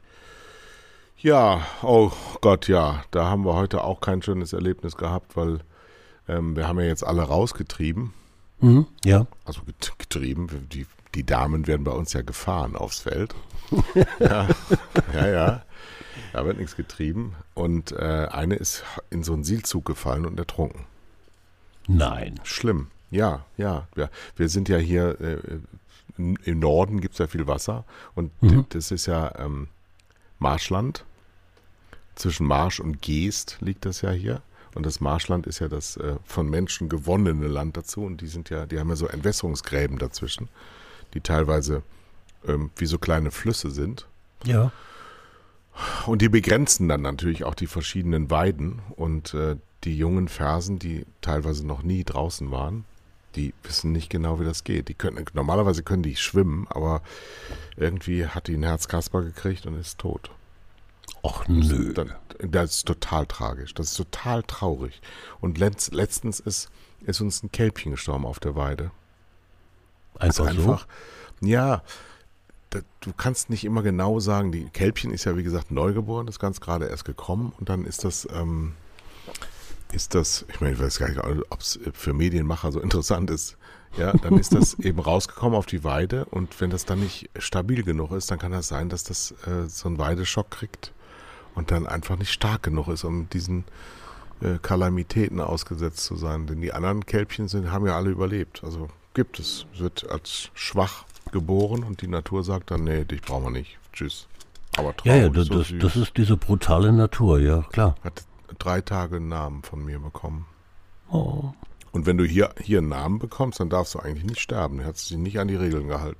Ja, oh Gott, ja, da haben wir heute auch kein schönes Erlebnis gehabt, weil ähm, wir haben ja jetzt alle rausgetrieben. Mhm, ja. Also getrieben, die, die Damen werden bei uns ja gefahren aufs Feld. ja, ja, ja. Da wird nichts getrieben. Und äh, eine ist in so einen Sielzug gefallen und ertrunken. Nein. Schlimm. Ja, ja. Wir, wir sind ja hier, äh, im Norden gibt es ja viel Wasser. Und mhm. das ist ja ähm, Marschland. Zwischen Marsch und Geest liegt das ja hier. Und das Marschland ist ja das äh, von Menschen gewonnene Land dazu. Und die sind ja, die haben ja so Entwässerungsgräben dazwischen, die teilweise ähm, wie so kleine Flüsse sind. Ja. Und die begrenzen dann natürlich auch die verschiedenen Weiden. Und äh, die jungen Fersen, die teilweise noch nie draußen waren, die wissen nicht genau, wie das geht. Die können, normalerweise können die schwimmen, aber irgendwie hat die ein Herzkasper gekriegt und ist tot. Och nö. Das, das ist total tragisch. Das ist total traurig. Und letzt, letztens ist, ist uns ein Kälbchen gestorben auf der Weide. Einfach, also einfach so? Ja, da, du kannst nicht immer genau sagen, die Kälbchen ist ja wie gesagt neugeboren, das ist ganz gerade erst gekommen und dann ist das, ähm, ist das, ich meine, ich weiß gar nicht, ob es für Medienmacher so interessant ist, ja, dann ist das eben rausgekommen auf die Weide und wenn das dann nicht stabil genug ist, dann kann das sein, dass das äh, so einen Weideschock kriegt und dann einfach nicht stark genug ist, um diesen äh, Kalamitäten ausgesetzt zu sein. Denn die anderen Kälbchen sind, haben ja alle überlebt. Also gibt es. Es wird als schwach geboren und die Natur sagt dann, nee, dich brauchen wir nicht. Tschüss. Aber traurig, ja, ja, das, so das, das ist diese brutale Natur, ja, klar. Hat drei Tage einen Namen von mir bekommen. Oh. Und wenn du hier, hier einen Namen bekommst, dann darfst du eigentlich nicht sterben. Er hat sich nicht an die Regeln gehalten.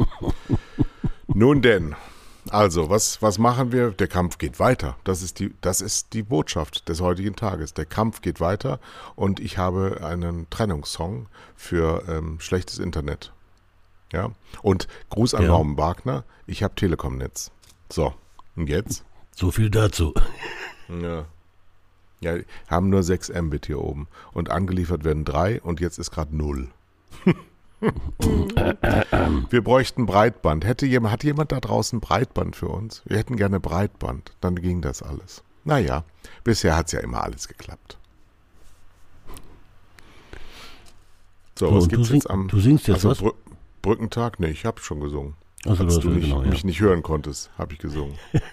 Nun denn, also, was, was machen wir? Der Kampf geht weiter. Das ist die, das ist die Botschaft des heutigen Tages. Der Kampf geht weiter und ich habe einen Trennungssong für ähm, schlechtes Internet. Ja. Und Gruß an ja. Norman Wagner, ich habe Telekom-Netz. So, und jetzt? So viel dazu. Ja. Ja, haben nur sechs Mbit hier oben. Und angeliefert werden drei und jetzt ist gerade null. Wir bräuchten Breitband. Hätte jemand, hat jemand da draußen Breitband für uns? Wir hätten gerne Breitband. Dann ging das alles. Naja, bisher hat es ja immer alles geklappt. So, so was gibt's du jetzt sing, am du singst jetzt also was? Brü Brückentag? Nee, ich habe schon gesungen. Also, Als du nicht, nicht, genau, ja. mich nicht hören konntest, habe ich gesungen.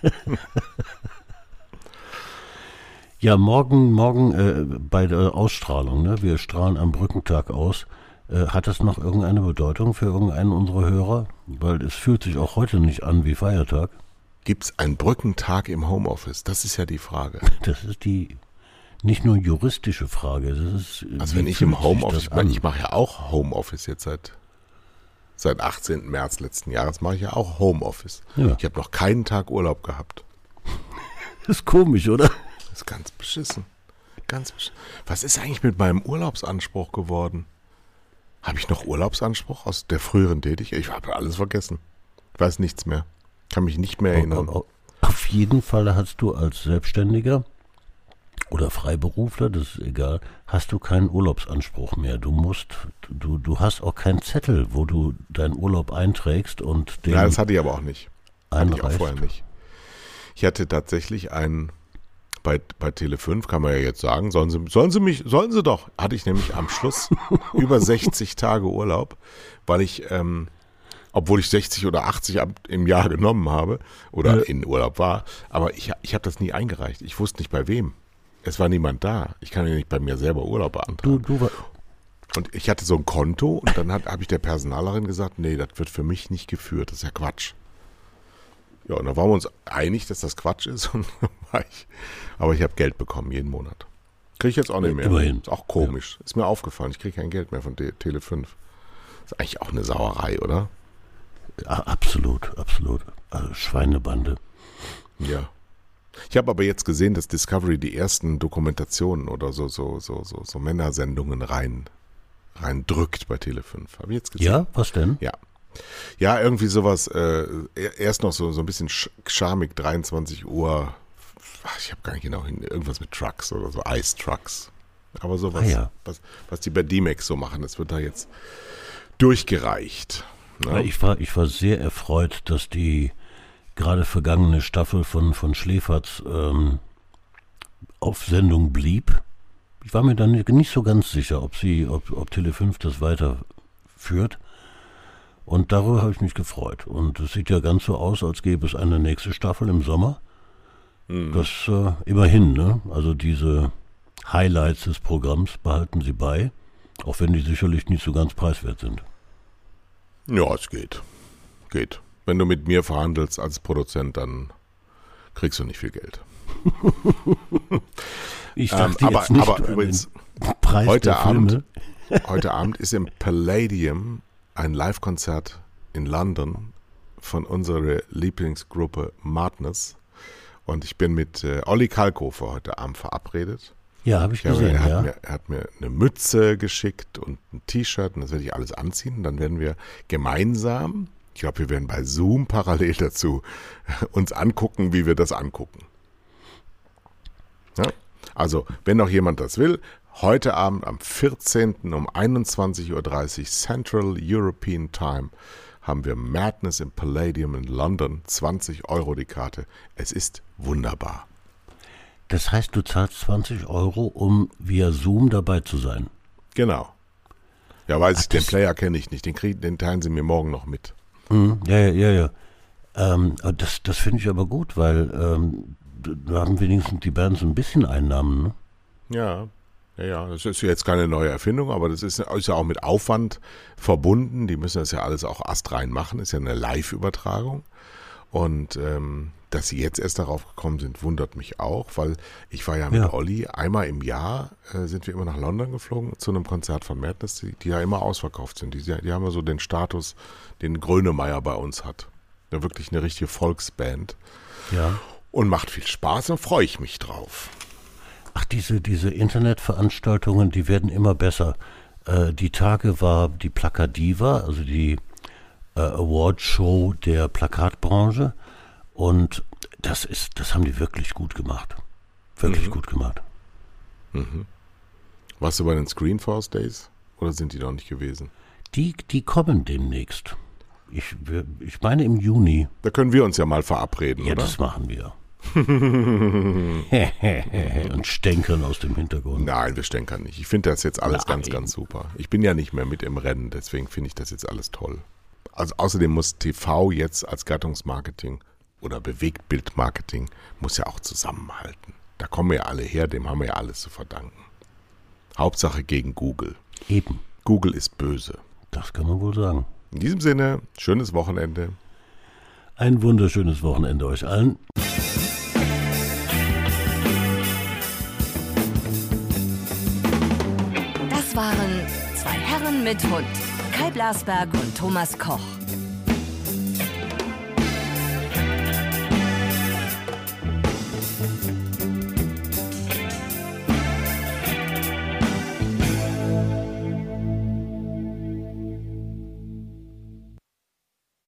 Ja, morgen, morgen äh, bei der Ausstrahlung, ne? Wir strahlen am Brückentag aus. Äh, hat das noch irgendeine Bedeutung für irgendeinen unserer Hörer? Weil es fühlt sich auch heute nicht an wie Feiertag. Gibt es einen Brückentag im Homeoffice? Das ist ja die Frage. Das ist die nicht nur juristische Frage. Das ist, also wenn ich im Homeoffice, ich, mein, ich mache ja auch Homeoffice jetzt seit, seit achtzehnten März letzten Jahres, mache ich ja auch Homeoffice. Ja. Ich habe noch keinen Tag Urlaub gehabt. Das ist komisch, oder? Das ist ganz beschissen. Ganz beschissen. Was ist eigentlich mit meinem Urlaubsanspruch geworden? Habe ich noch Urlaubsanspruch aus der früheren Tätigkeit? Ich habe alles vergessen. Ich weiß nichts mehr. Kann mich nicht mehr erinnern. Auf jeden Fall hast du als Selbstständiger oder Freiberufler, das ist egal, hast du keinen Urlaubsanspruch mehr. Du musst, du, du hast auch keinen Zettel, wo du deinen Urlaub einträgst und den Ja, das hatte ich aber auch nicht. Hatte einreichst. ich auch vorher nicht. Ich hatte tatsächlich einen Bei, bei Tele fünf kann man ja jetzt sagen, sollen sie, sollen sie mich, sollen sie doch. Hatte ich nämlich am Schluss über sechzig Tage Urlaub, weil ich, ähm, obwohl ich sechzig oder achtzig ab, im Jahr genommen habe oder ja. in Urlaub war, aber ich, ich habe das nie eingereicht. Ich wusste nicht bei wem. Es war niemand da. Ich kann ja nicht bei mir selber Urlaub beantragen. Du, du und ich hatte so ein Konto und dann habe ich der Personalerin gesagt, nee, das wird für mich nicht geführt. Das ist ja Quatsch. Ja, und da waren wir uns einig, dass das Quatsch ist. Und ich, aber ich habe Geld bekommen jeden Monat. Kriege ich jetzt auch nicht mehr. Immerhin. Ist auch komisch. Ja. Ist mir aufgefallen. Ich kriege kein Geld mehr von Tele fünf. Ist eigentlich auch eine Sauerei, oder? Ja, absolut, absolut. Also Schweinebande. Ja. Ich habe aber jetzt gesehen, dass Discovery die ersten Dokumentationen oder so, so, so, so, so Männersendungen rein, rein drückt bei Tele fünf. Habe ich jetzt gesehen. Ja, was denn? Ja. Ja, irgendwie sowas, äh, erst noch so, so ein bisschen schamig, dreiundzwanzig Uhr, ach, ich habe gar nicht genau hin, irgendwas mit Trucks oder so, Ice-Trucks. Aber sowas, ah, ja. was, was die bei D-Max so machen, das wird da jetzt durchgereicht. Ne? Ich war, ich war sehr erfreut, dass die gerade vergangene Staffel von, von Schläferz ähm, auf Sendung blieb. Ich war mir dann nicht so ganz sicher, ob sie, ob, ob Tele fünf das weiterführt. Und darüber habe ich mich gefreut. Und es sieht ja ganz so aus, als gäbe es eine nächste Staffel im Sommer. Mhm. Das äh, immerhin, ne? Also diese Highlights des Programms behalten sie bei, auch wenn die sicherlich nicht so ganz preiswert sind. Ja, es geht. Geht. Wenn du mit mir verhandelst als Produzent, dann kriegst du nicht viel Geld. Ich dachte ähm, aber, jetzt nicht aber übrigens, Preis heute, der Abend, heute Abend ist im Palladium ein Live-Konzert in London von unserer Lieblingsgruppe Madness. Und ich bin mit äh, Olli Kalkofer heute Abend verabredet. Ja, habe ich gesehen, er, hat ja. mir, er hat mir eine Mütze geschickt und ein T-Shirt und das werde ich alles anziehen. Dann werden wir gemeinsam, ich glaube, wir werden bei Zoom parallel dazu uns angucken, wie wir das angucken. Ja? Also, wenn noch jemand das will, heute Abend am vierzehnten um einundzwanzig Uhr dreißig Central European Time haben wir Madness im Palladium in London, zwanzig Euro die Karte. Es ist wunderbar. Das heißt, du zahlst zwanzig Euro, um via Zoom dabei zu sein? Genau. Ja, weiß Ach, ich, den Player kenne ich nicht, den, krieg, den teilen sie mir morgen noch mit. Mhm, ja, ja, ja, ja. Ähm, das das finde ich aber gut, weil ähm, da haben wenigstens die Bands ein bisschen Einnahmen, ne? Ja, ja, ja. Das ist jetzt keine neue Erfindung, aber das ist, ist ja auch mit Aufwand verbunden. Die müssen das ja alles auch astrein machen, ist ja eine Live-Übertragung. Und ähm, dass sie jetzt erst darauf gekommen sind, wundert mich auch, weil ich war ja mit Ja. Olli, einmal im Jahr äh, sind wir immer nach London geflogen zu einem Konzert von Madness, die, die ja immer ausverkauft sind. Die, die haben ja so den Status, den Grönemeyer bei uns hat. Ja, wirklich eine richtige Volksband. Ja. Und macht viel Spaß und freue ich mich drauf. Ach, diese, diese Internetveranstaltungen, die werden immer besser. Äh, die Tage war die Plakadiva, also die äh, Awardshow der Plakatbranche. Und das ist, das haben die wirklich gut gemacht. Wirklich Mhm. gut gemacht. Mhm. Warst du bei den Screenforce Days oder sind die noch nicht gewesen? Die, die kommen demnächst. Ich, wir- ich meine im Juni. Da können wir uns ja mal verabreden, Ja, oder? das machen wir. Und stänkern aus dem Hintergrund. Nein, wir stänkern nicht. Ich finde das jetzt alles Nein. ganz, ganz super. Ich bin ja nicht mehr mit im Rennen, deswegen finde ich das jetzt alles toll. Also außerdem muss T V jetzt als Gattungsmarketing oder Bewegtbildmarketing muss ja auch zusammenhalten. Da kommen wir ja alle her, dem haben wir ja alles zu verdanken. Hauptsache gegen Google. Eben, Google ist böse. das kann man wohl sagen. In diesem Sinne, schönes Wochenende. Ein wunderschönes Wochenende euch allen. Das waren zwei Herren mit Hund. Kai Blasberg und Thomas Koch.